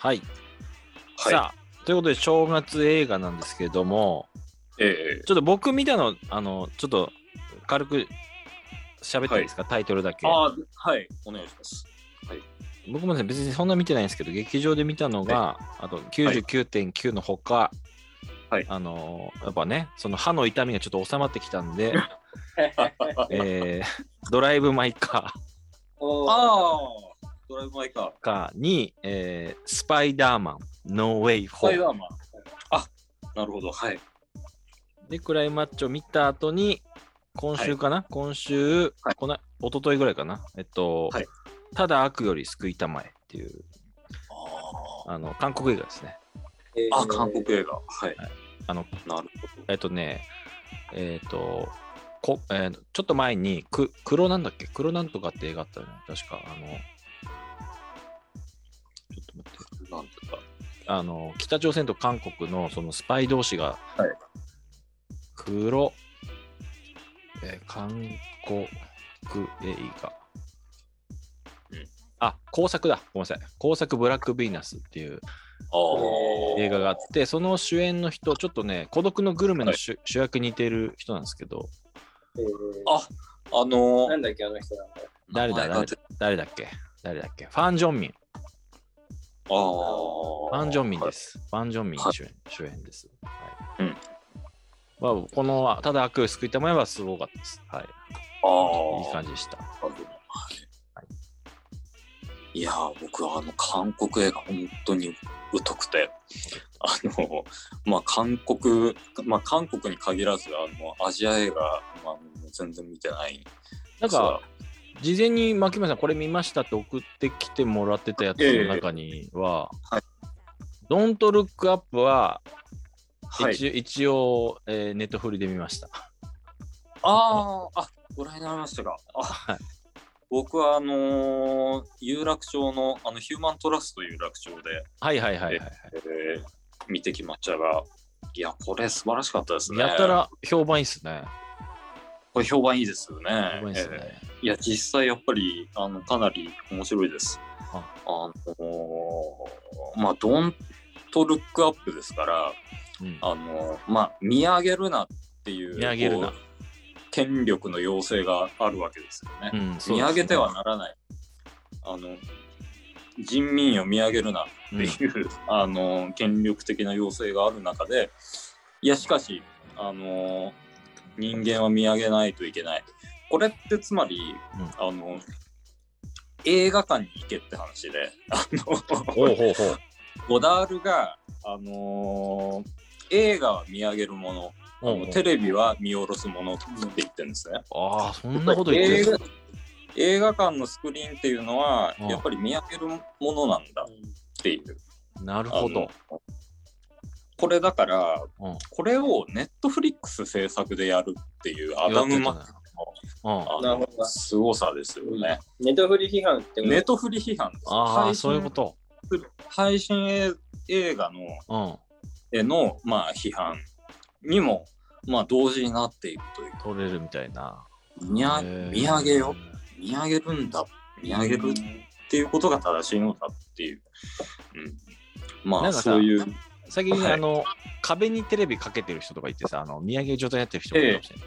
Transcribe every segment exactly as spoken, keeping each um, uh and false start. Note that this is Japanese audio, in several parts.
はい。 はい、 さあ、ということで正月映画なんですけども、 ええちょっと僕見たの、あの、ちょっと軽く喋っていいですか、はい、タイトルだけ。 ああ、はい、お願いします。はい、 僕もね、別にそんな見てないんですけど、劇場で見たのが、はい、あと きゅうじゅうきゅうてんきゅう のほか、はい、あのー、やっぱね、その歯の痛みがちょっと収まってきたんで、えー、ドライブ・マイ・カー。 ああ、ドライブ・マイ・カー。 かに、えー、スパイダーマン、ノー・ウェイ・ホーム。 スパイダーマン。あ、なるほど、はい。 で、クライマッチョ見た後に、今週かな、はい、今週、はい、この一昨日ぐらいかな、えっと、はい、ただ悪より救いたまえっていう、あの、韓国映画ですね。 えー、あ、韓国映画。はい。はい、 あの、 なるほど。 えっとね、えっと、こえー、ちょっと前にく、黒なんだっけ黒なんとかって映画あったの確か、あの、ちょっと待って。 なんとか。 あの、北朝鮮と韓国のそのスパイ同士が、 はい、 黒、えー、韓国映画。うん、あ、工作だ。ごめんなさい。工作ブラックヴィーナスっていう映画があって、その主演の人、ちょっとね、孤独のグルメの主、はい、主役に似てる人なんですけど。 あ、あのー、 なんだっけ、あの人なんだ。 誰だ、誰だ、誰だっけ誰だっけファン・ジョンミン。 あファン・ジョンミンです。はい、ファン・ジョンミン主演、はい、主演です。はい。うんまあ、このただ悪を救いたまえはすごかったです。はい。 あいい感じでした。はい、 いやー、僕はあの韓国映画本当に疎くて、あのまあ韓国まあ韓国に限らずあのアジア映画、まあ、全然見てない。 なんか事前に牧村さんこれ見ましたって送ってきてもらってたやつの中には、えーはい、ドントルックアップは一, はい、一応、えー、ネットフリで見ました。 ああ、ご覧になりましたか。あ、はい、僕はあのー、有楽町のあのヒューマントラスト有楽町で、 はいはいはいはい、はいえー、見てきましたが、いやこれ素晴らしかったですね。 やったら評判いいっすね。 これ評判いいですよね。 評判いいっすね。えー、いや実際やっぱりあのかなり面白いです。あ、あのー、まあドントルックアップですから。うん、あのまあ見上げるなっていう見上げるな権力の要請があるわけですよね。うん、そうですね。見上げてはならない。あの人民を見上げるなっていう、うん、あの権力的な要請がある中で、いやしかしあの人間は見上げないといけない。これってつまり、うん、あの映画館に行けって話で、あのほうほうほうゴダールがあのー、映画は見上げるもの、あのテレビは見下ろすものって言ってるんですね。 ああ、そんなこと言ってる。 映画館のスクリーンっていうのはやっぱり見上げるものなんだっていう。 なるほど。 これだから、これをネットフリックス制作でやるっていうアダム・マックのすごさですよね。 ネットフリ批判ってネットフリ批判です。 ああ、そういうこと。 配信映画の、うん、への、まあ、批判にも、まあ、同時になっているという。 取れるみたいな。 見あ見上げよ。見上げるんだ。見上げるっていうことが正しいのだっていう。うん、まあ、そういう。 最近、はい、あの、壁にテレビかけてる人とかいてさ、あの見上げ状態やってる人もいるかもしれない。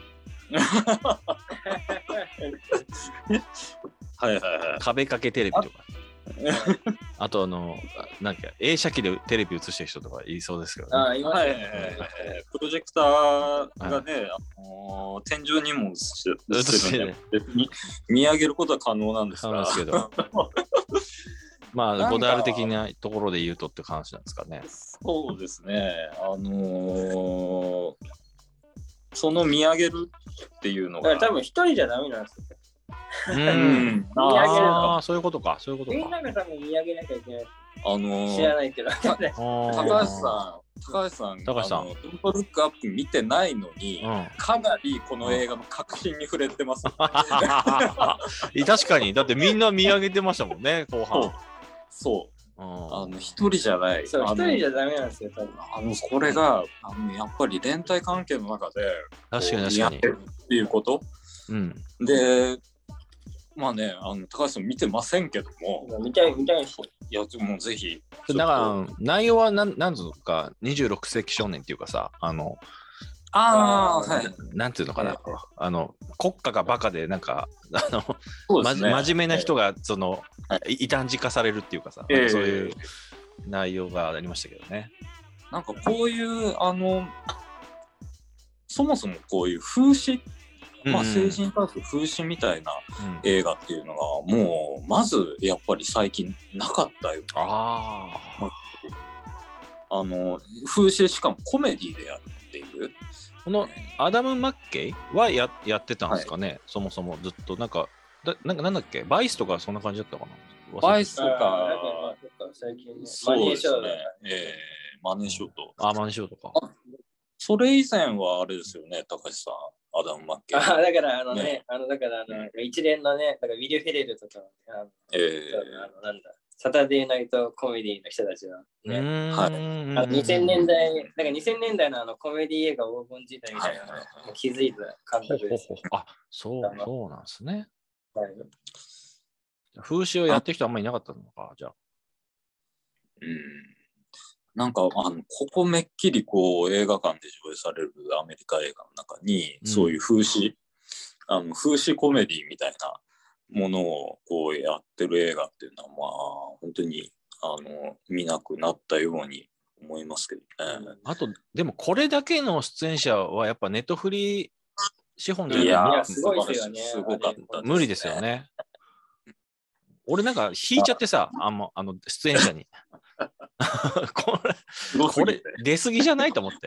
ええはいはいはい。 壁掛けテレビとか。あとあのなんか映写機でテレビ映してる人とかいそうですけどね。 あ、今はいはいはいはい、プロジェクターがね、はい、あのー、天井にも映してるんで、別に見上げることは可能なんですが。 ですけどまあゴダール的なところで言うとって話なんですかね。 そうですね。あのー、その見上げるっていうのが。 だから多分一人じゃダメなんですよ。 うん、見上げるああ、そういうことか、そういうことか。 みんなが多分見上げなきゃいけない。 あのー、 知らないけど。高橋さん、高橋さん、 高橋さん、 ドントルックアップ見てないのに、うん、かなりこの映画の核心に触れてます。確かに、だってみんな見上げてましたもんね、後半。 そう。あの一人じゃない。 そう、一人じゃダメなんですよ、多分。 あのこれがあのやっぱり連帯関係の中で、 確かに確かに。 っていうこと。うん、で。まあね、あの高橋さん見てませんけども、 見たい見たいし、 いやでもぜひだから内容はなんなんつうのかにじゅうろく世紀少年っていうかさ、あのああ、はい。 なんていうのかな、はい、あの国家がバカでなんかあのそうですね、 真面目な人がその、はい、異端児化されるっていうかさ、えー、そういう内容がありましたけどね。 なんかこういうあのそもそもこういう風刺、まあ、政治に対する風刺みたいな映画っていうのがもうまずやっぱり最近なかったよ。 ああの風刺しかもコメディでやるっていう。 このアダム・マッケイは や, やってたんですかね、はい、そもそもずっとなんかだなんかなんだっけバイスとかそんな感じだったかな。 バイスとか最近、ね、 マネーショーね、えー、マネーショーと、 あマネーショーとか。 それ以前はあれですよね、高橋さん、アダム・マッケイ。 あだからあのね、ねあのだからあの、うん、一連のね、だからウィリュ・フェレルとか、あのえー、あのなんだサタデーナイトコメディの人たちはね、はい、あのにせんねんだい、なんかにせんねんだいのあのコメディ映画黄金時代みたいなの、はいはいはい、気づいた監督です。 あ、そう、そうなんですね。はい、風刺をやってる人あんまりいなかったのか、じゃあ。 うん。なんかあのここめっきりこう映画館で上映されるアメリカ映画の中に、うん、そういう風刺、あの風刺コメディみたいなものをこうやってる映画っていうのはまあ本当にあの見なくなったように思いますけどね。 あとでもこれだけの出演者はやっぱネットフリ資本じゃない。 いやいやすごいですよね。 すごかったですね。 無理ですよね。俺なんか引いちゃってさ、あんまあの出演者にこれこれ出過ぎじゃないと思って。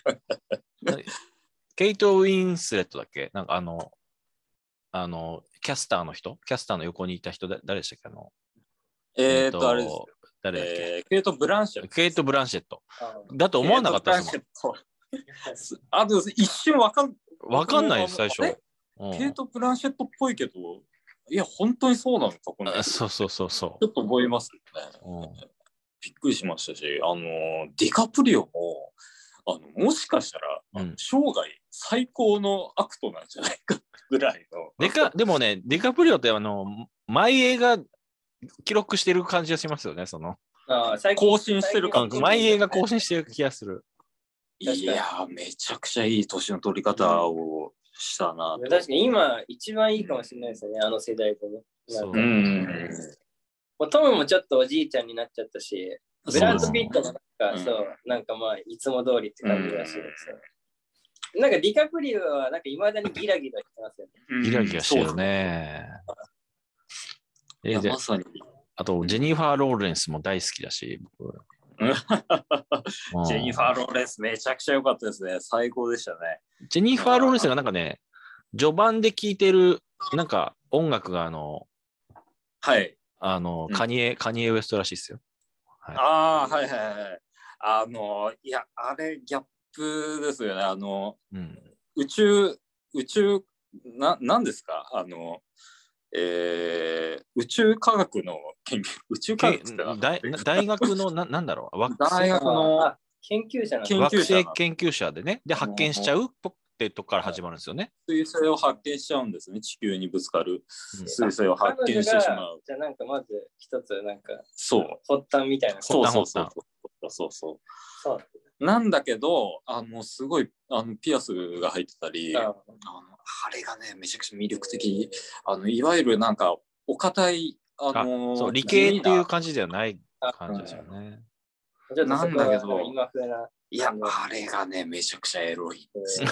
ケイト・ウィンスレットだっけ？なんかあのあのキャスターの人、キャスターの横にいた人だ誰でしたっけ？あのえーとあれですよ。 誰だっけ？ えー、ケイト・ブランシェット。 ケイト・ブランシェットだと思わなかったですもん。 あと一瞬わかんわかんないです最初。 ケイト・ブランシェットっぽいけど、いや本当にそうなのかこの。 そうそうそうそう。 ちょっと思いますね。びっくりしましたし、あのディカプリオもあのもしかしたら、うん、生涯最高のアクトなんじゃないかぐらいの。 デカでもね、ディカプリオってあの毎映画記録してる感じがしますよね。そのあ更新してる感じ。 毎映画更新してる気がする。 いやーめちゃくちゃいい年の取り方をしたなと。 確かに今一番いいかもしれないですよね、あの世代とね。 そううんもうトムもちょっとおじいちゃんになっちゃったし、ブラッド・ピットもなんか、そう、うん、なんかまあ、いつも通りって感じだし、うん、なんかディカプリオはなんかいまだにギラギラしてますよね。 ギラギラしてるね。 えー、まさに。 あと、ジェニファー・ローレンスも大好きだし、僕。 ジェニファー・ローレンスめちゃくちゃ良かったですね。最高でしたね。 ジェニファー・ローレンスがなんかね、序盤で聴いてるなんか音楽があの、 はい。 あの、カニエ、うん、カニエ・ウエストらしいですよ。 はい、ああ、はいはいはい。あの、いや、あれ、ギャップですよね。あの、うん、宇宙、宇宙、な、なんですかあの、えー、宇宙科学の研究、宇宙科学って大大学のな、なんだろう、 惑星大学の研究者なんです。惑星研究者でね、で、発見しちゃうってとこから始まるんですよね。 彗星を発見しちゃうんですね。地球にぶつかる彗星を発見してしまう。 じゃあなんかまず一つなんかそう発端みたいな。 そうそうそうそうそうそうそうなんだけどあのすごいあのピアスが入ってたり、あのあれがねめちゃくちゃ魅力的。あのいわゆるなんかお堅いあのー、そう理系っていう感じではない感じですよね。 なんだけど今風ないや、あれがね、めちゃくちゃエロいんですよ。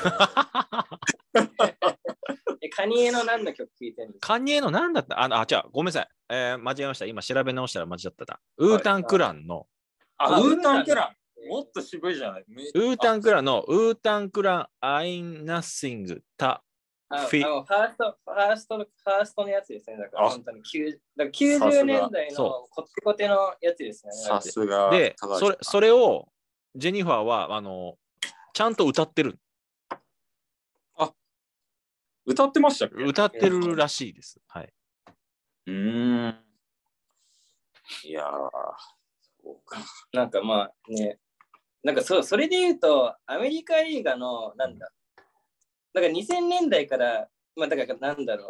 え、カニエの何の曲聴いてるんですか？ カニエの何だったあ、あ、違う、ごめんなさい。えー、間違えました。今調べ直したら間違ってた。ウータンクランの。 あ、ウータンクランもっと渋いじゃない。 ウータンクランのウータンクランアインナッシングタフィ。ファースト、ファースト、ファーストのやつですね。だから本当にきゅうだからきゅうじゅうねんだいのコテコテのやつですね。 さすが。 で、それ、それを、ジェニファーはあのちゃんと歌ってる。 あ、歌ってましたっけ？ 歌ってるらしいです。はい。 うーん。いやー、そうか。 なんかまあね、なんかそうそれで言うとアメリカ映画のなんだ、だからにせんねんだいからまあだからなんだろう、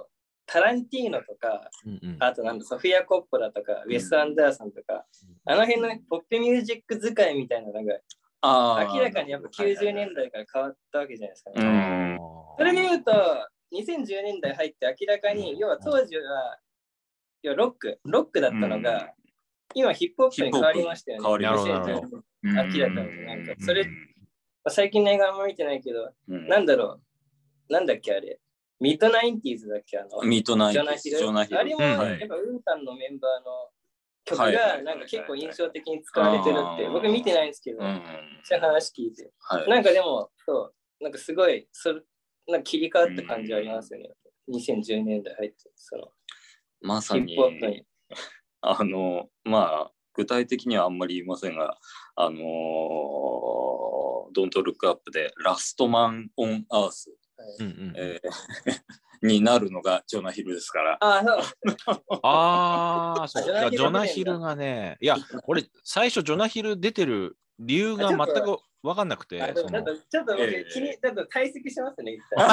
タランティーノとか、うんうん、あとなんだソフィア・コッポラとか、ウェス・アンダーソンとか、うん、あの辺のポップミュージック使いみたいなのが、あ明らかにやっぱきゅうじゅうねんだいから変わったわけじゃないですかね。うん、それで言うと、にせんじゅうねんだい入って明らかに、要は当時は、要はロック、ロックだったのが、うん、今ヒップホップに変わりましたよね。 変わりましたね。明らかに。なんか、それ、最近の映画あんま見てないけど、うん、なんだろう、なんだっけあれ。ミッドナインティーズだっけあの、 ミッドナインティーズ。 ジョナヒル。あれも、やっぱウータンのメンバーの曲が、なんか結構印象的に使われてるって、僕見てないんですけど、そういう話聞いて。はい、なんかでも、そう、なんかすごい、それなんか切り替わった感じありますよね。うん、にせんじゅうねんだい入って、その、 まさに、あの、まあ、具体的にはあんまり言いませんが、あのー、Don't Look Up でラストマン・オン・アース。えー、になるのがジョナヒルですから。 ああ、そう。ジョナヒルがね、いや、俺、最初ジョナヒル出てる理由が全く分かんなくて。 ちょっと、ちょっと僕、えー、気に、ちょっと退席しますね、一旦。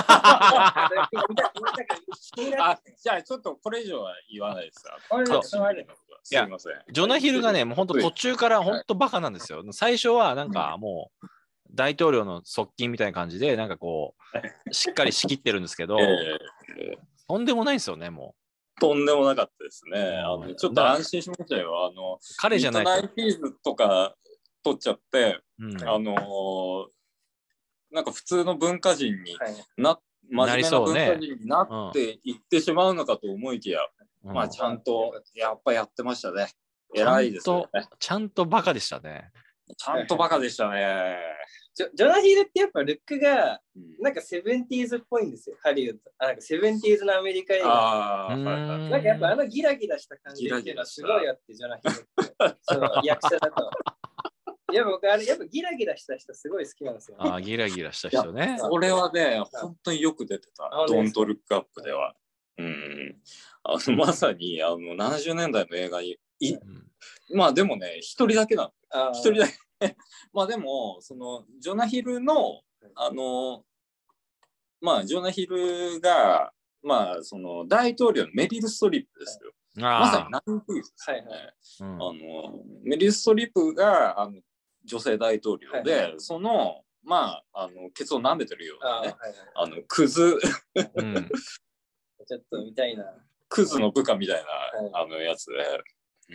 あ、じゃあ、ちょっとこれ以上は言わないですか。 いや、ジョナヒルがね、もう本当途中から本当バカなんですよ。最初はなんかもう、大統領の側近みたいな感じで、なんかこう、しっかり仕切ってるんですけど、えー、とんでもないですよね、もう。とんでもなかったですね。あのちょっと安心しましたよ。あの彼じゃないと。 ミッドナインティーズとか取っちゃって、うん、あのー、なんか普通の文化人にな、はい、真面目な文化人になっていってしまうのかと思いきや、うん、まあちゃんとやっぱやってましたね。偉いですよね。 ちゃんとバカでしたね。 ちゃんとバカでしたね。 ジョ, ジョナヒルってやっぱルックがなんかセブンティーズっぽいんですよ、ハリウッド。あなんかセブンティーズのアメリカ映画。あなんかやっぱあのギラギラした感じっていうのはすごいあって、ジョナヒルってその役者だと。やっぱ僕あれやっぱギラギラした人すごい好きなんですよ、 ね。あギラギラした人ね。 これはね、本当によく出てた。ドントルックアップでは。うん、あのまさにあのななじゅうねんだいの映画にい、うん、まあでもね、一人だけなの。一人だけ。まあでもそのジョナヒルのあのまあジョナヒルがまあその大統領のメリル・ストリップですよ。まさにナインティーズですよね。はいはいうん、あのメリル・ストリップがあの女性大統領で、はいはい、そのまああのケツを舐めてるようなね、あ、はいはい、あのクズ、 うん、ちょっと見たいな。 クズの部下みたいな、はい、あのやつで。うん、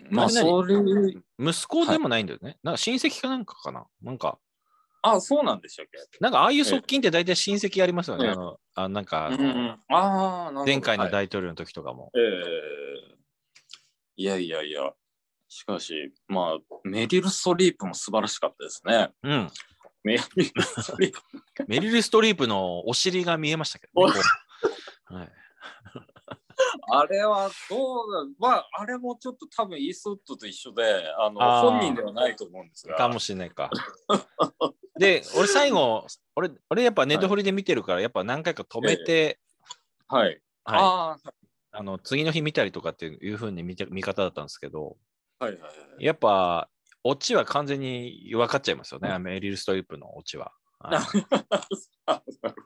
まあそれ息子でもないんだよね、はい、なんか親戚かなんかかななんかあそうなんでしたっけなんかああいう側近って大体親戚ありますよね、えー、あのあなんかあの、うん、あ前回の大統領の時とかも、 はい、えー、いやいやいやしかしまあメリル・ストリープも素晴らしかったですね。 うんメリル・ストリープメリル・ストリープのお尻が見えましたけどねはいあれはどうだ、まあ、あれもちょっと多分イーストウッドと一緒で、あの本人ではないと思うんですが。 かもしれないか。で、俺最後、俺、俺やっぱネットフリで見てるから、はい、やっぱ何回か止めて、 はい。はい、 ああの次の日見たりとかっていう風に見て見方だったんですけど、 はいはいはい、 やっぱ、オチは完全に分かっちゃいますよね、うん、メリル・ストリップのオチは。はい、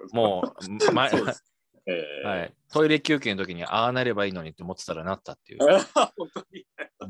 もう、前。えーはい、トイレ休憩の時にああなればいいのにって思ってたらなったっていう。 本当に、うん、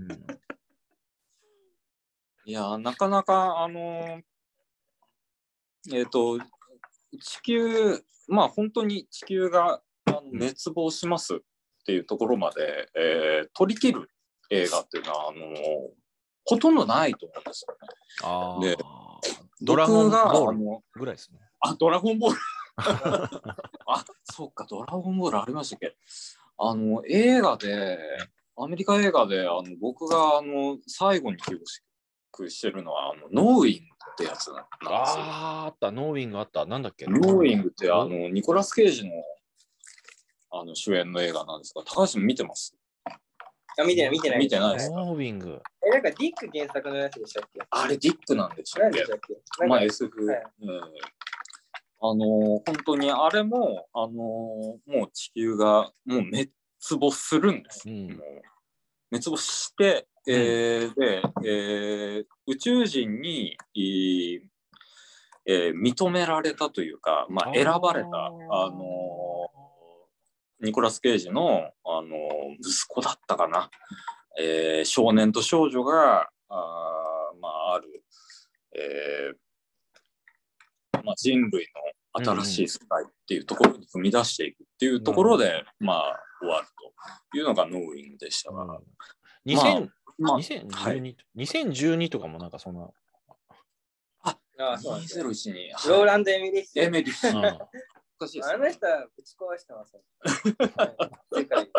いやなかなかあのえっ、ー、と地球まあ本当に地球があの滅亡しますっていうところまで、えー、取り切る映画っていうのはあのほとんどないと思うんですよね。 あでドラゴンボールぐらいですね。 あドラゴンボールあ、そうか、ドラゴンボールありましたっけ。あの映画で、アメリカ映画で、あの僕があの最後に記憶してるのはあのノーウィングってやつなんですよ。 ああ、あった、ノーウィングあった、なんだっけ。 ノーウィングってあのニコラス・ケイジのあの主演の映画なんですが、高橋も見てます？ あ、見てない、見てない。 見てないですか。 ノーウィング。 え、なんかディック原作のやつでしたっけ。 あれディックなんでしたっけ。まあ エスエフ。はい、うんあのー、本当にあれも、あのー、もう地球がもう滅亡するんです、うん、もう滅亡して、えー、で、えー、宇宙人に、えー、認められたというか、まあ、選ばれた、あのニコラス・ケイジの、あの息子だったかな、えー、少年と少女があ,、まあ、ある、えーまあ、人類の新しい世界っていうところに踏み出していくっていうところで、うん、まあ終わるというのがノーウィングでしたが、うん、 にせん、まあ、にせんじゅうに、はい、にせんじゅうにとかもなんかそんなああそうにせんいちに、 はい、ローランド・エミリッシュ。 エミリッシュ。 あの人はぶち壊してます、世界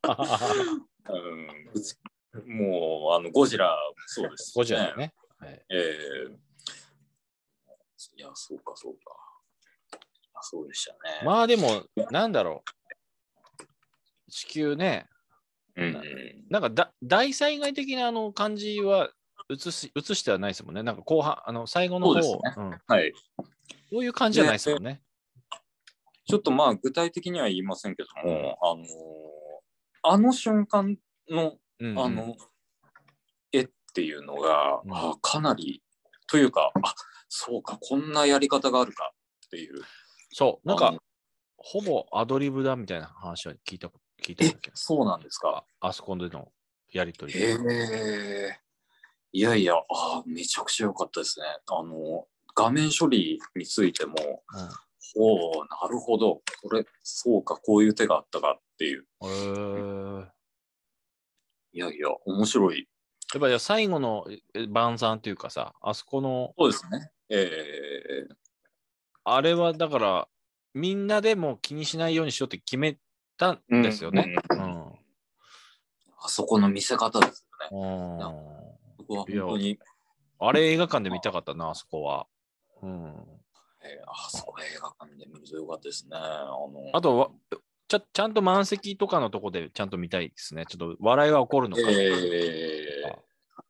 うん、もうあのゴジラもそうです、ね、 ゴジラね。 はい、えー、いや、そうかそうか。そうでしたね。 まあでも、なんだろう。地球ね。 うん、 な, なんかだ大災害的なあの感じは映し映してはないですもんね。なんか後半、あの最後の方、 そうですね、うん、はい。 そういう感じじゃないですもんね。 ちょっとまあ具体的には言いませんけども、あのー、あの瞬間の、うんうん、あの絵っていうのが、うん、あかなりというか、あそうかこんなやり方があるかっていう。 そうなんかほぼアドリブだみたいな話は聞いた聞いたっけ。そうなんですか。 あ, あそこでのやりとり。 へえ。いやいや、あめちゃくちゃ良かったですね。あの画面処理についても、うん、おおなるほど、これそうかこういう手があったかっていう。 へーいやいや面白い。 やっぱり最後の晩餐っていうかさ、あそこのそうですね。えー、 あれはだからみんなでも気にしないようにしようって決めたんですよね。うんうんうん、 あそこの見せ方ですよね。そこは本当にあれ映画館で見たかったな、あそこは。うん、 えー、あそこ映画館で見るとよかったですね。あのあとちゃ、ちゃんと満席とかのとこでちゃんと見たいですね。ちょっと笑いが起こるのか、えー。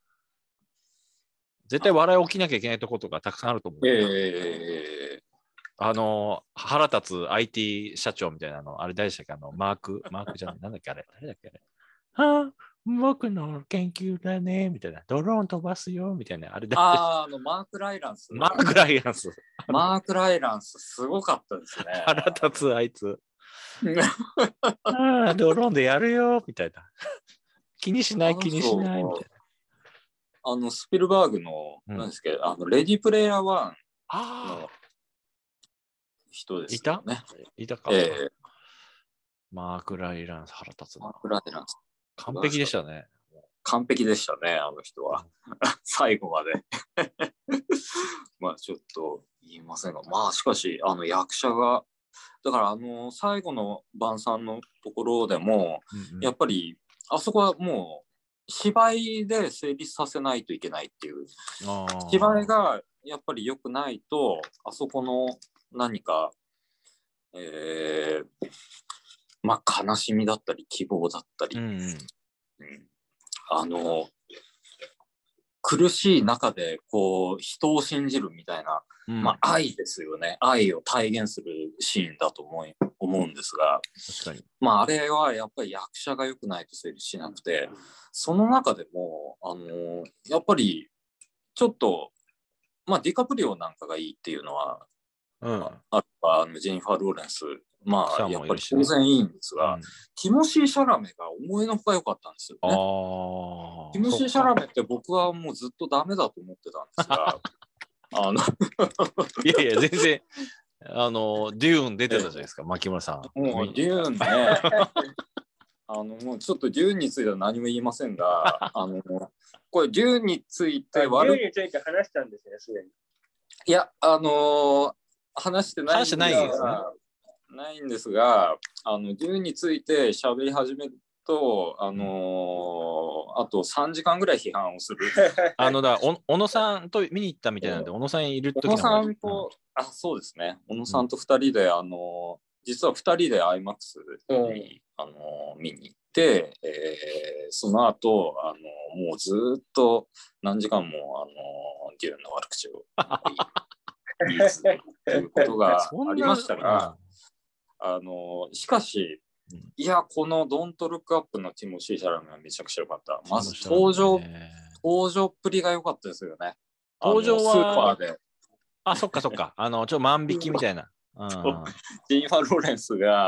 絶対笑い起きなきゃいけないところとかたくさんあると思う。 えー、 あの、腹立つ アイティー 社長みたいなの、あれ誰でしたっけあの、マーク、マークじゃない、なんだっけあれ、誰だっけあれ。はあ、僕の研究だね、みたいな。ドローン飛ばすよ、みたいな。あれだああの、マーク・ライランス。 マーク・ライランス。 マーク・ライランス、すごかったですね。 腹立つ、あいつ。ああ、ドローンでやるよ、みたいな。気にしない、気にしない、みたいな。 あの、スピルバーグの、うん、なんですけど、あの、レディプレイヤーワンの人ですよね。 いたいたか。 えー、 マーク・ライランス、腹立つな。 マーク・ライランス。 完璧でしたね。 完璧でしたね、あの人は。最後まで。まあ、ちょっと言いませんが、まあ、しかし、あの、役者が、だから、あの、最後の晩餐のところでも、うんうん、やっぱり、あそこはもう、芝居で成立させないといけないっていう。芝居がやっぱり良くないと、あそこの何か、えー、まあ悲しみだったり希望だったり、うんうんうん、あの苦しい中でこう人を信じるみたいな、うん、まあ愛ですよね。愛を体現するシーンだと思い思うんですが、 確かに。 まああれはやっぱり役者が良くないと成立しなくて、その中でもあのやっぱりちょっとまあディカプリオなんかがいいっていうのは、うん、あるあのジェニファー・ローレンスまあやっぱり当然いいんですが、うん、ティモシー・シャラメが思いのほか良かったんですよね。 あティモシー・シャラメって僕はもうずっとダメだと思ってたんですがあのいやいや全然あのデューン出てたじゃないですか、牧村さん。 もうデューンねあのもうちょっとデューンについては何も言いませんがあのこれデューンについて悪いデューンについて話したんですね、すでに。 いやあのー、話してないんですが話してないですね。 ないんですが、あのデューンについて喋り始めると、あのー、あとさんじかんぐらい批判をする。 あのだお小野さんと見に行ったみたいなんで、小野さんいる時の小野さんと、うん、あそうですね、小野さんとふたりで、あの実はふたりで アイマックス に、あの見に行って、えー、その後あのもうずっと何時間も、あのデューンの悪口を言い続けるということがありましたが。あのしかし、うん、いやこのドントルックアップのティモシー・シャラメはめちゃくちゃ良かった。まず登場、登場っぷりが良かったですよね。 登場はスーパーで。 あ、そっかそっか。あのちょっと万引きみたいな。 うん、ジェニファー・ローレンスが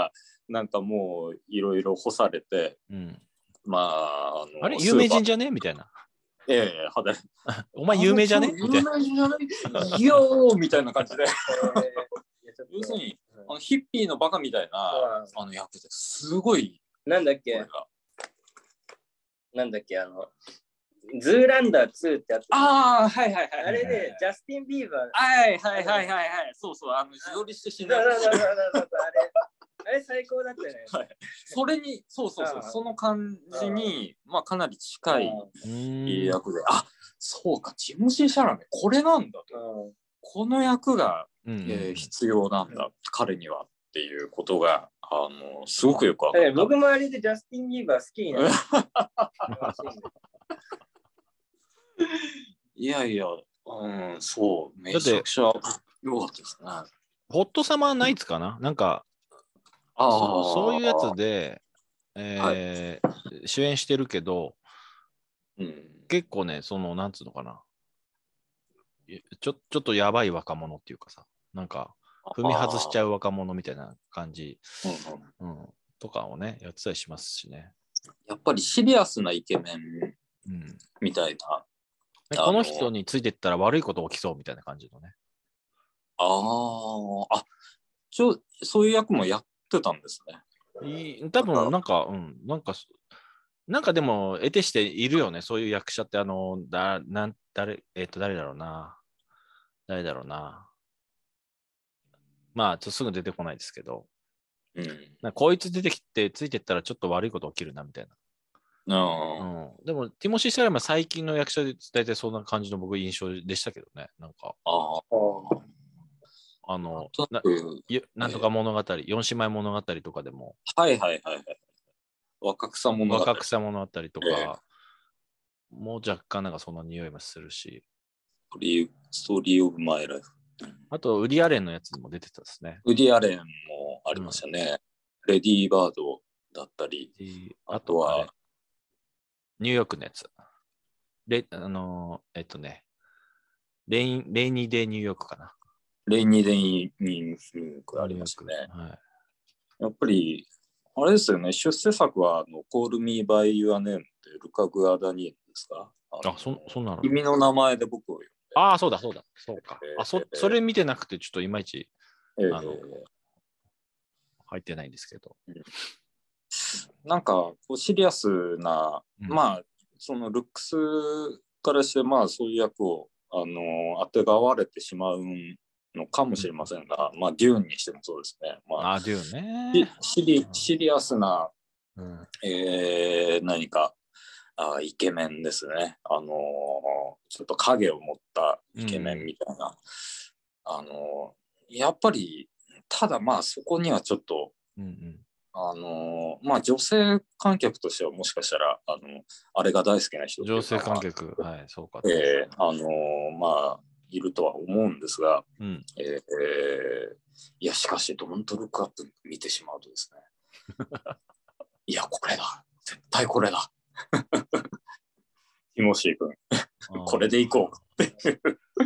なんかもういろいろ干されて、 うん、 まあ、あのあれ有名人じゃねみたいな。 ええはでお前有名じゃねみたいな。 有名じゃないよーみたいな感じで。要するに、あのヒッピーのバカみたいな、あの役ですごい。 なんだっけなんだっけあの、ズーランダーツーってあった。 ああ、はいはいはい。 あれで、ジャスティン・ビーバー。 はいはいはいはいはい。そうそう、あの、自撮りして死んだ。 あれ、あれ最高だったね。 はい。それに、そうそうそう、その感じに、まあ、かなり近い役で、あ、そうか、ティモシー・シャラメ、これなんだと。この役が、えー、必要なんだ、彼にはっていうことが、あの、すごくよくわかる。 僕もあれでジャスティン・ビーバー好きになる。 いやいや、うん、そう、めちゃくちゃ良かったですね。 ホットサマーナイツかななんか、あそう、そういうやつで、えーはい、主演してるけど、うん、結構ね、その、なんつうのかな。ちょ、ちょっとやばい若者っていうかさ、なんか、踏み外しちゃう若者みたいな感じ、うんうん、とかをね、やってたりしますしね。 やっぱりシリアスなイケメンみたいな。 うん、この人についてったら悪いこと起きそうみたいな感じのね。 ああ、あ、ちょ、そういう役もやってたんですね。 い多分なんか、うん、なんか、なんかでも、得てしているよね、そういう役者って、あの、だ、なん、誰、えっと、誰だろうな。誰だろうな。まあ、ちょっとすぐ出てこないですけど、うん、なんかこいつ出てきて、ついてったらちょっと悪いこと起きるな、みたいな。うん、でも、ティモシー・シャラメは最近の役者で大体そんな感じの僕印象でしたけどね、なんか。ああのな、なんとか物語、四姉妹物語とかでも。 はいはいはいはい。若草物語。 若草物語とか、えー、もう若干なんかそんな匂いもするし。 ストーリーオブマイライフ。 あと、ウディアレンのやつにも出てたですね。 ウディアレンもありましたね。うん、レディーバードだったり。 あとは、ニューヨークのやつ。レあのー、えっとね、レイン、レイニーデーニューヨークかな。 レイニーデーニューヨークありましたね。はい、やっぱり、あれですよね、出世作は、あの、Call Me By Your Name ってルカ・グアダニエルですか？ あ、そ、そんなの君の名前で僕を呼んで。 ああ、そうだ、そうだ、そうか。えー、あ、そ、それ見てなくて、ちょっといまいち、えー、あの、入ってないんですけど。うん、 なんか、こうシリアスな、うん、まあ、そのルックスからして、まあ、そういう役を、あの、あてがわれてしまうのかもしれませんが、うん、まあ、デューンにしてもそうですね。まあ、 あ、デューンね。 シリ、シリアスな、うん、えー、何か、あイケメンですね。あのー、ちょっと影を持ったイケメンみたいな。うん、あのー、やっぱり、ただまあそこにはちょっと、うんうん、あのー、まあ女性観客としてはもしかしたら、あのあれが大好きな人女性観客、はい、そうか。 えー、あのまあ、いるとは思うんですが、うんえーえー、いや、しかし、ドントルックアップ見てしまうとですね、いや、これだ。絶対これだ。ティモシー君、これでいこうって。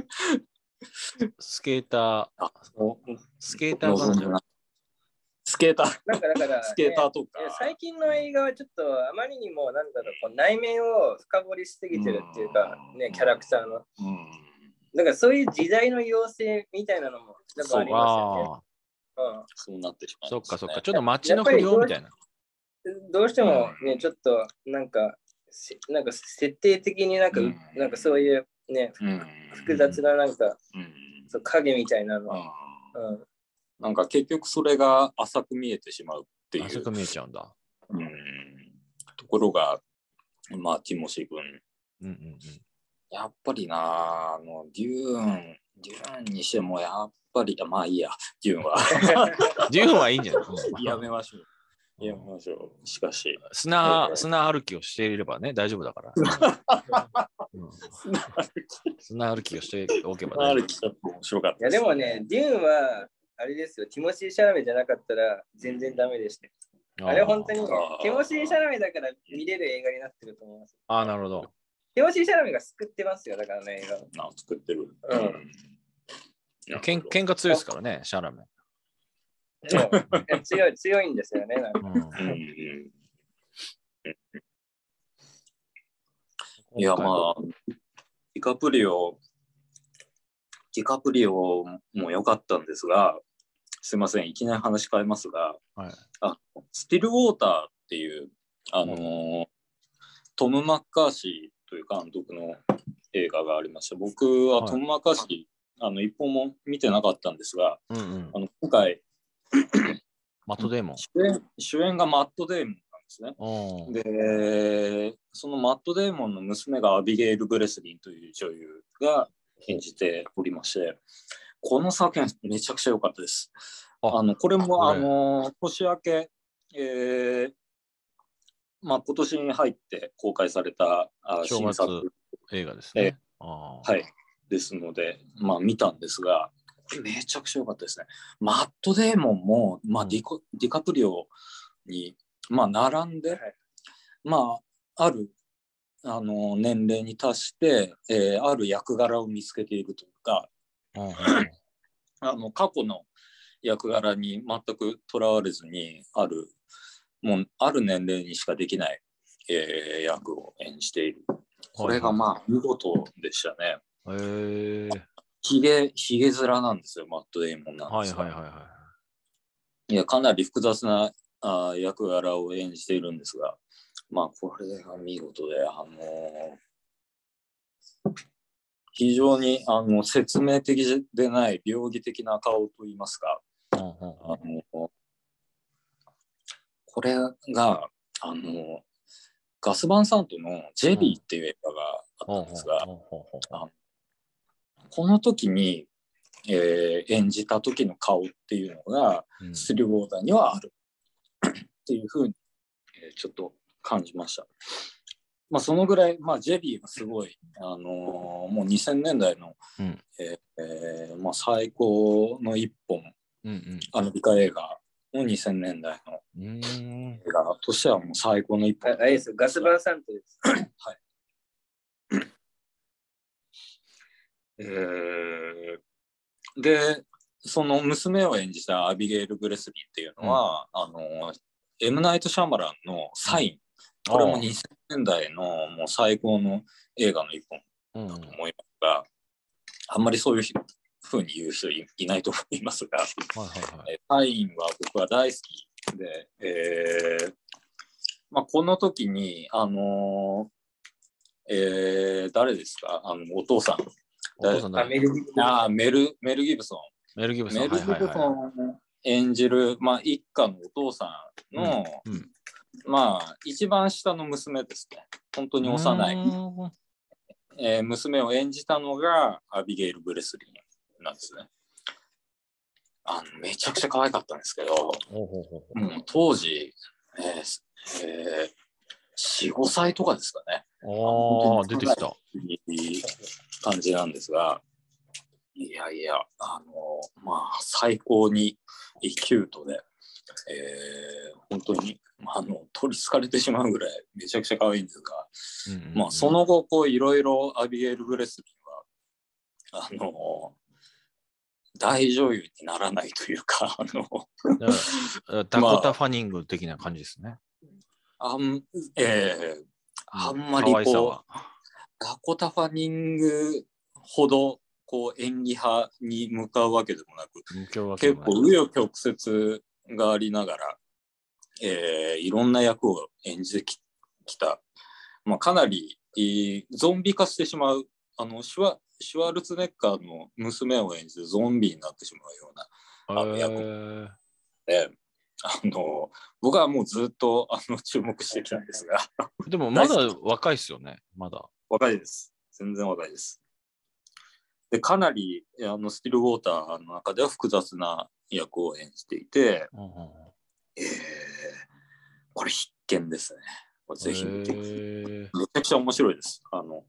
スケーター、スケーターがスケーター、 なんかだから、ね、 スケーターとか。 最近の映画はちょっとあまりにもなんだろう、こう内面を深掘りしすぎてるっていうか、ね、キャラクターの。うん、だからそういう時代の妖精みたいなのも多分ありますよね。 うん、そうなってしまう、 ね。そっかそっか、ちょっと街の不良みたいな。 どうしてもね、ちょっとなんか、なんか設定的になんか、うん、なんかそういうね、うん、複雑ななんか、うん、そう影みたいなの、うんうん、なんか結局それが浅く見えてしまうっていう浅く見えちゃうんだ、 うん、ところがまあティモシー君、うんうんうん、やっぱりなあのデューンデューンにしてもやっぱりまあいいやデューンはデューンはいいんじゃないやめましょうやめましょう。しかし。 砂、えー、砂歩きをしていればね、大丈夫だから。うん、砂歩きをしておけば大丈夫。 砂歩き面白かった。 いやでもね、デューンは、あれですよ、ティモシー・シャラメじゃなかったら全然ダメでした。あれ本当に、ティモシー・シャラメだから見れる映画になってると思います。 ああ、なるほど。 ティモシー・シャラメが救ってますよ、だからね、映画。 あ救ってる。 うん。けん喧嘩強いですからね、シャラメ。 強い、強いんですよね。なんかうんいや、まあ、ディカプリオ、ディカプリオも良かったんですが、すいません、いきなり話変えますが、はい、あスティルウォーターっていう、あのー、トム・マッカーシーという監督の映画がありました。僕はトム・マッカーシー、はい、あの一本も見てなかったんですが、うんうん、あの今回、 マット・デーモン主演、主演がマット・デーモンなんですね。で、そのマット・デーモンの娘がアビゲイル・ブレスリンという女優が演じておりまして、この作品めちゃくちゃ良かったです。ああのこれもあの年明け、えーまあ、今年に入って公開された新作映画ですね。えー、 あはい、ですので、まあ、見たんですが、めちゃくちゃ良かったですね。マット・デーモンも、まあ、ディコ、ディカプリオに、まあ、並んで、まあ、あるあの年齢に達して、えー、ある役柄を見つけているというか、あの過去の役柄に全くとらわれずにあるもうある年齢にしかできない、えー、役を演じている。これがまあ見事でしたね。へー。ひげひげ面なんですよ、マット・デーモンなんですが、はいはいはいはい、いやかなり複雑なあ役柄を演じているんですが、まあこれが見事で、あのー、非常にあの説明的でない病義的な顔といいますか、うんうんうん、あのこれがあのガス・バンサントのジェリーっていう映画があったんですが、うん、あこの時に、えー、演じた時の顔っていうのが、うん、スリーウォーターにはあるっていうふうに、えー、ちょっと感じました。まあ、そのぐらい、まあ、ジェリーがすごい、あのー、もうにせんねんだいの、うんえーまあ、最高の一本、うんうん、アメリカ映画のにせんねんだいの映画としてはもう最高の一本。 あれです、ガス・バンサントです。はいえー、で、その娘を演じたアビゲイル・グレスリーっていうのは、うん、あのエム・ナイト・シャマランのサイン、うん、これもにせんねんだいのもう最高の映画の一本だと思いますが、うん、あんまりそういうふうに言う人 い, いないと思いますが、はいはいはい、サインは僕は大好きで、えーまあ、この時に、あのーえー、誰ですか、あのお父さん。 お父さんメルあメルメル・ギブソン。 メル・ギブソン。 メル・ギブソン演じる、まあ、一家のお父さんの、うんうん、まあ、一番下の娘ですね。本当に幼い、えー、娘を演じたのがアビゲイル・ブレスリーなんですね。あのめちゃくちゃ可愛かったんですけど、ほうほうほう、もう当時、えーえー、よん、ごさいとかですかね。 ああ、出てきた。 感じなんですが、いやいや、あの、まあ、最高にキュートで、えー、本当に、あの、取りつかれてしまうぐらいめちゃくちゃ可愛いんですが、うんうんうん、まあ、その後、こう、いろいろアビゲイル・ブレスリーは、あの、大女優にならないというか、あのダコタ・ファニング的な感じですね。 まあ、あんえー、あんまりこう、ダコタ・ファニングほどこう演技派に向かうわけでもなく、結構紆余曲折がありながら、えー、いろんな役を演じてき、きた、まあ、かなりゾンビ化してしまう、あのシュワ、シュワルツネッカーの娘を演じてゾンビになってしまうようなあの役で、あの僕はもうずっとあの注目してきたんですがでもまだ若いですよね。まだ若いです。全然若いです。でかなりあのスティルウォーターの中では複雑な役を演じていて、うんうんえー、これ必見ですね。これぜひ見てください。めちゃくちゃ面白いです。あの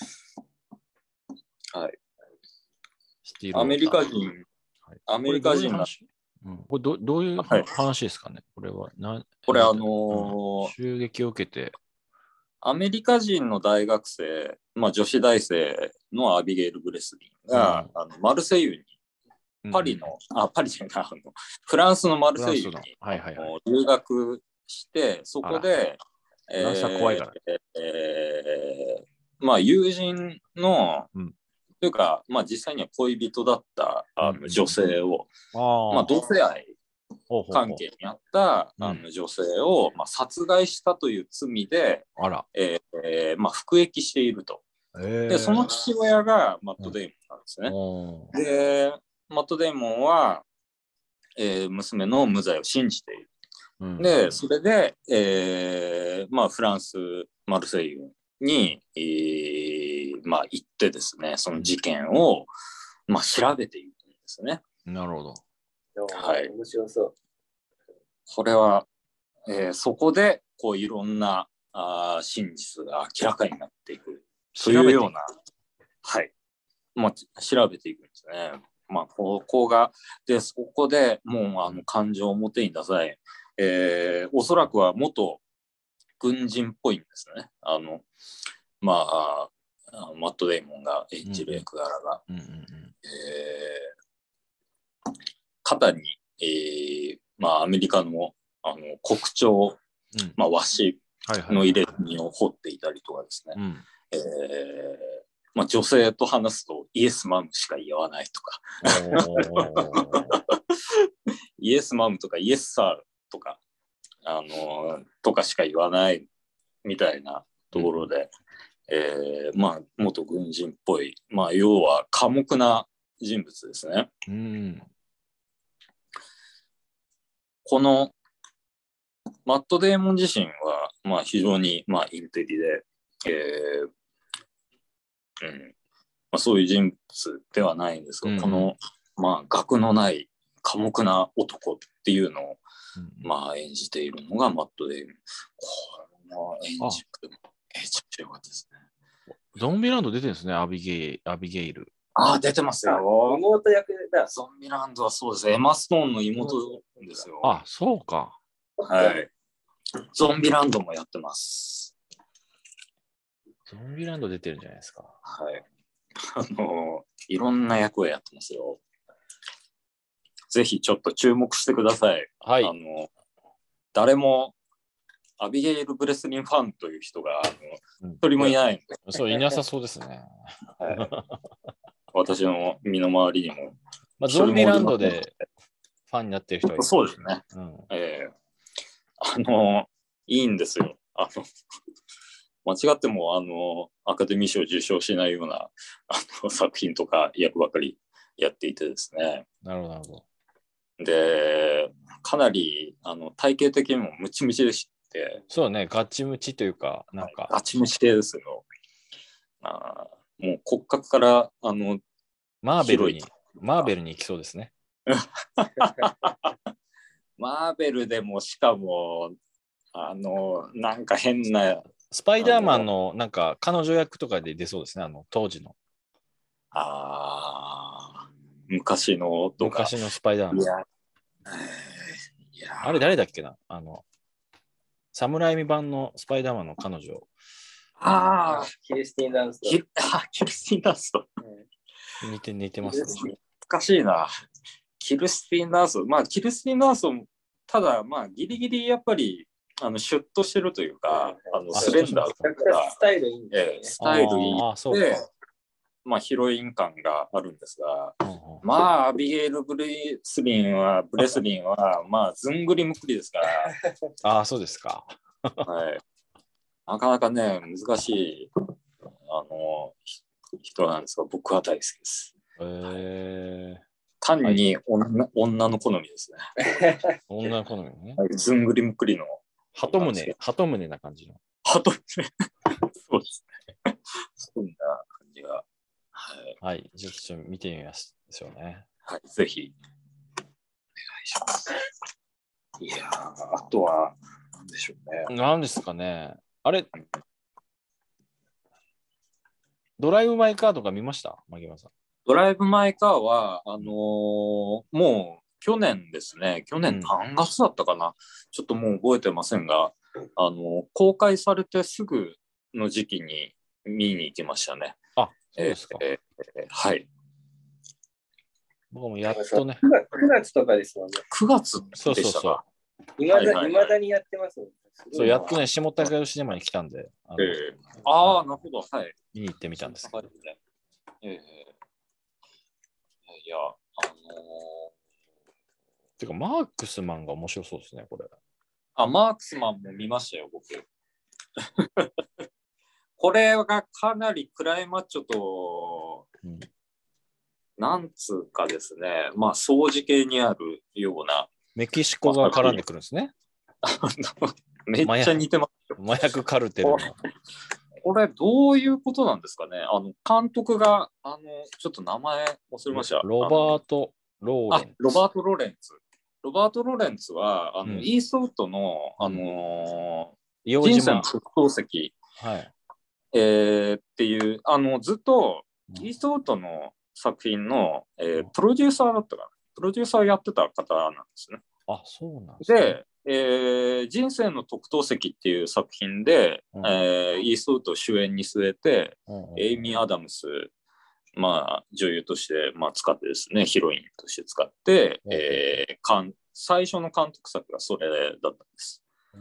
はい。アメリカ人、はい、アメリカ人なうん、これ ど, どういう話ですかね、はい、これはなこれあのーうん、襲撃を受けてアメリカ人の大学生、まあ、女子大生のアビゲイル・ブレスリンが、うん、あのマルセイユにパリの、うん、あ、パリじゃない、あの、フランスのマルセイユに、はいはいはい、留学して、そこで、 フランスは怖いから。 えーえー、まあ、友人の、うん、というか、まあ、実際には恋人だったあの女性を、うん、まあ、同性愛関係にあったあの女性を、まあ、殺害したという罪で、 あら、 えーまあ、服役していると。で、その父親がマット・デイモンなんですね。うん、で、マット・デイモンは、えー、娘の無罪を信じている。うん、で、それで、えーまあ、フランス・マルセイユに、えーまあ、行ってですね、その事件を、まあ、調べているんですね。 なるほど。 はい。 面白そう。 これは、えー、そこで、こう、いろんなあ真実が明らかになっていくというような、はい。まあ、調べていくんですね。まあ、ここが、で、そこでもう、あの、感情を表に出さない、えー、おそらくは元軍人っぽいんですね。あの、まあ、マット・デイモンが演じる役柄が、うんうんうん、えー、肩に、えー、まあ、アメリカの、あの国鳥、うん、まあ、ワシの入れ墨を彫っていたりとかですね、はいはいはい、えーまあ、女性と話すとイエスマムしか言わないとかイエスマムとかイエスサーとかあのとかしか言わないみたいなところで、うん、えー、まあ元軍人っぽい、まあ要は寡黙な人物ですね。うん、このマット・デーモン自身はまあ非常にまあインテリで、えーうんまあ、そういう人物ではないんですが、うん、このまあ学のない寡黙な男っていうのを、うん、まあ演じているのがマット・デーモン。この演じてもめちゃくちゃ良かったですね。 ゾンビランド出てるんですね、アビゲイ、アビゲイル。 ああ、出てますよ。 妹役だ。 ゾンビランドはそうです。エマ・ストーンの妹ですよ。 あ、そうか。 はい。ゾンビランドもやってます。 ゾンビランド出てるんじゃないですか。 はい。あの、いろんな役をやってますよ。ぜひちょっと注目してください。 はい。 あの、誰もアビゲイル・ブレスリンファンという人があの一人もいないんで、 うん、そう、いなさそうですね。 はい、私の身の回りにも。 まあ、ゾンビランドでファンになってる人がいる、ね。 そうですね。うん、えー、あの、いいんですよ。あの間違ってもあのアカデミー賞受賞しないようなあの作品とか役ばかりやっていてですね。 なるほど、なるほど。 で、かなりあの体型的にもムチムチでして。 そうね、ガチムチというか、なんか。 ガチムチ系ですよ。あもう骨格からあのマーベルに、マーベルに行きそうですね。 マーベルでもしかも、あの、なんか変な。 スパイダーマンのなんか彼女役とかで出そうですね、あの当時の。 ああ、昔のとか。 昔のスパイダーマン。いや、いやあれ誰だっけな、あの、サムライミ版のスパイダーマンの彼女。 ああ、 キルスティン・ダンスト。 キルスティン・ダンスト。 似て似てますね。 難しいな。キルスティン・ダンスト。まあ、キルスティン・ダンストも、ただ、まあ、ギリギリやっぱり、あのシュッとしてるというか、あのスレンダーとか、 スタイルいいんだよね。 スタイルいいで、まあ、ヒロイン感があるんですが、まあ、アビゲイル・ブレスリンは、ブレスリンは、まあ、ずんぐりむっくりですから。 ああ、そうですか。 はい。なかなかね、難しい、あの、人なんですが、僕は大好きです。 へえー。 単に女、はい、女の好みですね。 女の好みね。 ずんぐりむっくりの。 鳩胸、鳩胸な感じの。 鳩胸。そうですね。そんな感じが。 はい。はい。ちょっと見てみますでしょうね。 はい。ぜひ、お願いします。いやー、あとは、なんでしょうね。 なんですかね。あれ、ドライブ・マイ・カーとか見ました牧山さん。 ドライブ・マイ・カーは、あのー、もう去年ですね、去年何月だったかな、うん、ちょっともう覚えてませんが、あのー、公開されてすぐの時期に見に行きましたね。 あ、そうですか。 えーえー、はい。 僕もやっとね。 くがつとかですもんね。 くがつでしたか。 そうそうそう。 いまだ、はいはい、だにやってますもんね。 そう、やっとね、下高吉シネマに来たんで。 あ、えー、あー、なるほど。はい。 見に行ってみたんですけど。 えー、いや、あのー、てか、マークスマンが面白そうですね、これ。 あ、マークスマンも見ましたよ、僕。これがかなりクライマッチョと、うん、なんつうかですね、まあ、掃除系にあるような。 メキシコが絡んでくるんですね。 めっちゃ似てますよ。 麻薬カルテルの。 これどういうことなんですかね。あの監督があのちょっと名前忘れました。 ロバート・ローレンツ。 あ、ロバート・ローレンツ。ロバート・ローレンツはあの、うん、イーストウッドのあのー、人生の特等席、 はいえー、っていうあのずっとイーストウッドの作品の、えー、プロデューサーだったかな。プロデューサーやってた方なんですね。 あ、そうなんですね。 で、えー、人生の特等席っていう作品で、うんえー、イーストウッドを主演に据えて、うんうん、エイミー・アダムス、まあ、女優として、まあ、使ってですね、ヒロインとして使って、うんえー、かん最初の監督作がそれだったんです。うん、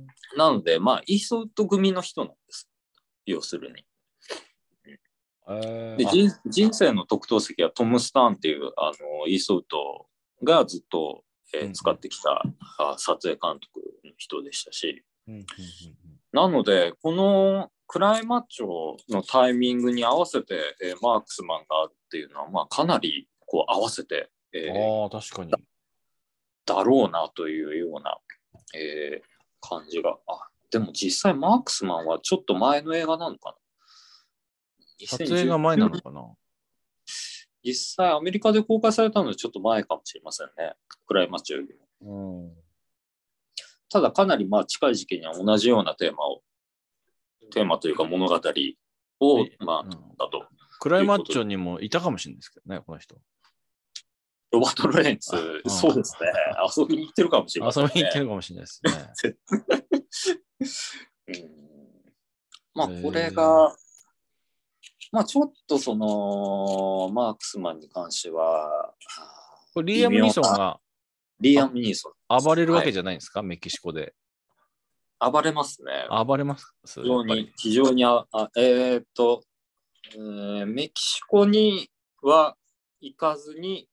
なので、まあ、イーストウッド組の人なんです。要するに。えー、で人, 人生の特等席はトム・スターンっていうあのイーストウッドがずっと、えー、使ってきた、うん、撮影監督の人でしたし、うんうんうんうん、なのでこのクライマッチョのタイミングに合わせて、えー、マークスマンがあるっていうのは、まあ、かなりこう合わせて、 えー、あ確かにだ, だろうなというような、えー、感じがあでも実際マークスマンはちょっと前の映画なのかな。 撮影が前なのかな。 実際アメリカで公開されたのはちょっと前かもしれませんね。クライマッチョよりも。うん、ただかなりまあ近い時期には同じようなテーマを、テーマというか物語を、まあ、うん、だと。 クライマッチョにもいたかもしれないですけどね、この人。 ロバート・ロレンツ、そうですね。遊びに行ってるかもしれませんね。 遊びに行ってるかもしれないですね。うん、まあこれが、まあちょっとそのマークスマンに関してはこれリーアム・ニーソンがリーアム・ニーソン暴れるわけじゃないんですか、はい、メキシコで暴れますね。 暴れます非常に非常にああえー、っと、えー、メキシコには行かずに、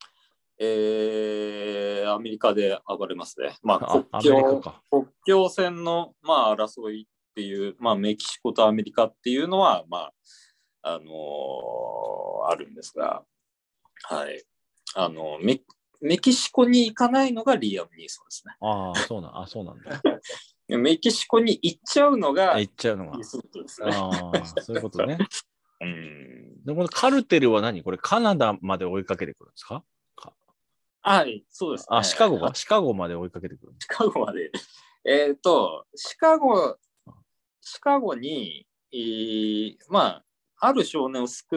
えー、アメリカで暴れますね。まあ国境国境線のまあ争いっていう、まあメキシコとアメリカっていうのはまああのー、あるんですが、はい。あのメ、メキシコに行かないのがリーアム・ニーソンですね。 ああ、そうなん、あ、そうなんだ。 メキシコに行っちゃうのが、 行っちゃうのが。 ですね。 ああ、そういうことね。 うん。 で、このカルテルは何これ、カナダまで追いかけてくるんですか？ はい、そうですね。 あ、シカゴがシカゴまで追いかけてくる。 シカゴまで。えっ、ー、と、シカゴ、シカゴに、えー、まあ、ある少年を救って、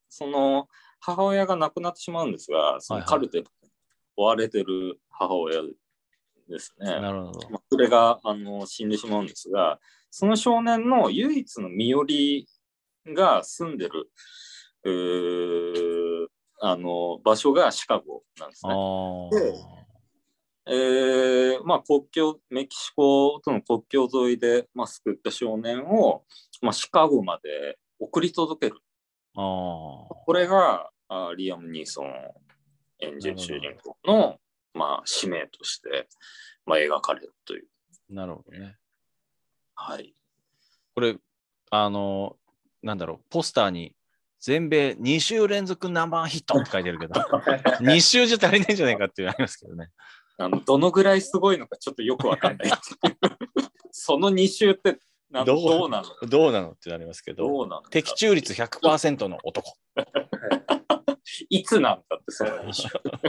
その母親が亡くなってしまうんですが、そのカルテルに追われてる母親ですね。 はいはい、なるほど。 まあ、それがあの死んでしまうんですが、その少年の唯一の身寄りが住んでる、うーあの場所がシカゴなんですね。で、えーまあ、国境、メキシコとの国境沿いで、まあ、救った少年を、まあ、シカゴまで送り届ける。 あこれがあリアム・ニーソン演じる主人公の、まあ、使命として、まあ、描かれるという。 なるほどね。 はい。 これ、あの、なんだろう、ポスターに全米に週連続ナンバーヒットって書いてるけど、に週じゃ足りないんじゃないかっていうのありますけどね。 あのどのぐらいすごいのかちょっとよくわかんないそのに週ってどうどうなのどうなのってなりますけど、 どうなの的中率 ひゃくパーセント の男いつなんだってそのに週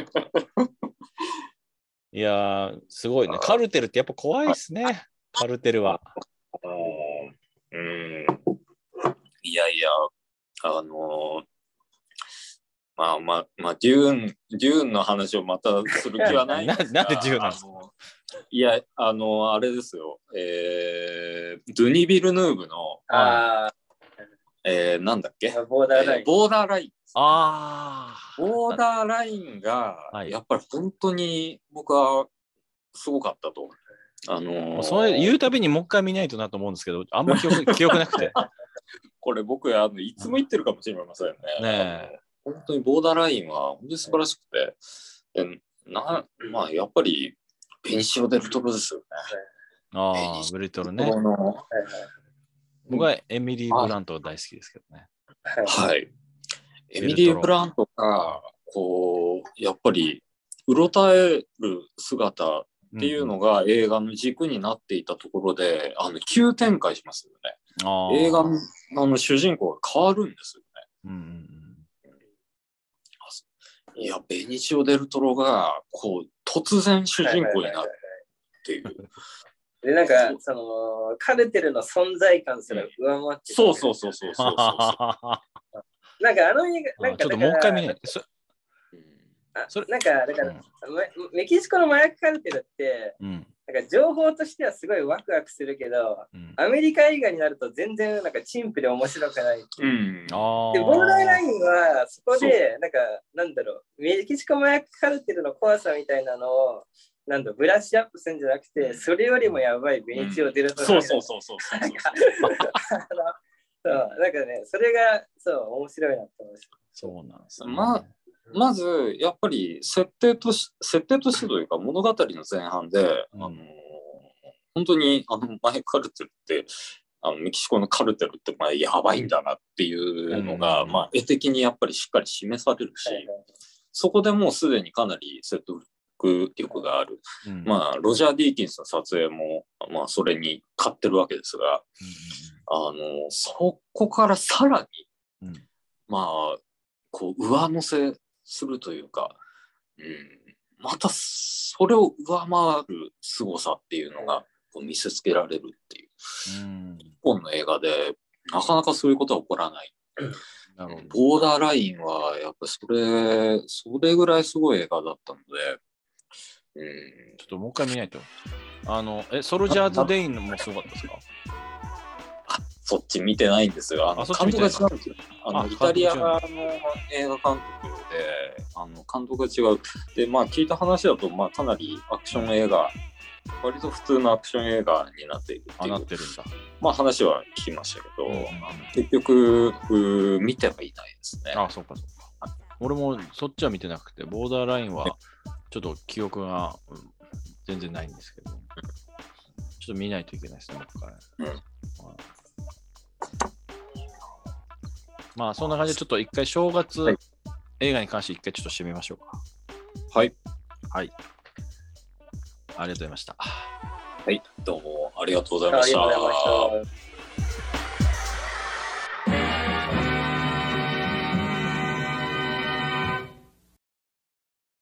いやーすごいね。カルテルってやっぱ怖いですね。カルテルはうんいやいやあのーまあまあ、まあ、デューン、デューンの話をまたする気はないんですがな。なんでデューンなんですか？ いや、あの、あれですよ。えー、ドゥニ・ビルヌーブの、 あえー、なんだっけボーダーライン。 えー、ボーダーライン。 ああ。ボーダーラインが、やっぱり本当に僕はすごかったと。あのー、 それ言うたびにもう一回見ないとなと思うんですけど、あんま記憶記憶なくて。 これ僕あの、いつも言ってるかもしれませんね。 ねえ。 本当にボーダーラインは本当に素晴らしくて、でなまあ、やっぱりベニシオ・デルトロですよね。 ああ、ブリトルね。僕はエミリー・ブラントが大好きですけどね。 はい。エミリー・ブラントが、こう、やっぱり、うろたえる姿っていうのが映画の軸になっていたところで、うん、あの急展開しますよね。あ映画のあの主人公が変わるんですよね。うんうんうん、いや、ベニシオ・デルトロが、こう、突然主人公になるっていう。 で、なんか、その、カルテルの存在感すら上回って、 そうそうそうそうそうそう。 なんか、あの映画、なんか、 ちょっともう一回見ない。 あそれなんか、だから、うん、メキシコの麻薬カルテルって、うん、なんか情報としてはすごいワクワクするけど、うん、アメリカ映画になると全然なんか陳腐で面白くない。うん、で、ボーダーラインはそこで、なんか、なんだろう、メキシコ麻薬カルテルの怖さみたいなのを、なんだブラッシュアップするんじゃなくて、それよりもやばいベニシオ・デルトロ、 うん、そうそうそうそうそう。なんか、 そうなんかね、それがそう面白いなって思いました。 そうなんですね。まあまず、やっぱり設定とし、設定としてというか物語の前半で、うん、あの本当にあのマイカルテルって、あのメキシコのカルテルってまあやばいんだなっていうのが、うん、まあ絵的にやっぱりしっかり示されるし、うん、そこでもうすでにかなり説得力がある。うん、まあ、ロジャー・ディーキンスの撮影も、まあ、それに勝ってるわけですが、うん、あの、そこからさらに、うん、まあ、こう、上乗せするというか、うん、またそれを上回る凄さっていうのがこう見せつけられるっていう、うん、一本の映画でなかなかそういうことは起こらない。なるほど。ボーダーラインはやっぱそれそれぐらいすごい映画だったので、 うん、ちょっともう一回見ないと。あのえソルジャーズ・デインもすごかったですか？ そっち見てないんですよ。あの監督が違うんですよ。あのイタリアの映画監督で、あの監督が違う。で、まあ聞いた話だと、まあかなりアクション映画、割と普通のアクション映画になっているっていう。 なってるんだ。 まあ話は聞きましたけど、うん、結局見てはいないですね。 あ、そうかそうか。俺もそっちは見てなくて、ボーダーラインはちょっと記憶が全然ないんですけど、ちょっと見ないといけないですね、もう一回。うん、まあまあそんな感じでちょっと一回正月映画に関して一回ちょっとしてみましょうか。 はいはい。ありがとうございました。 はい、どうもありがとうございました。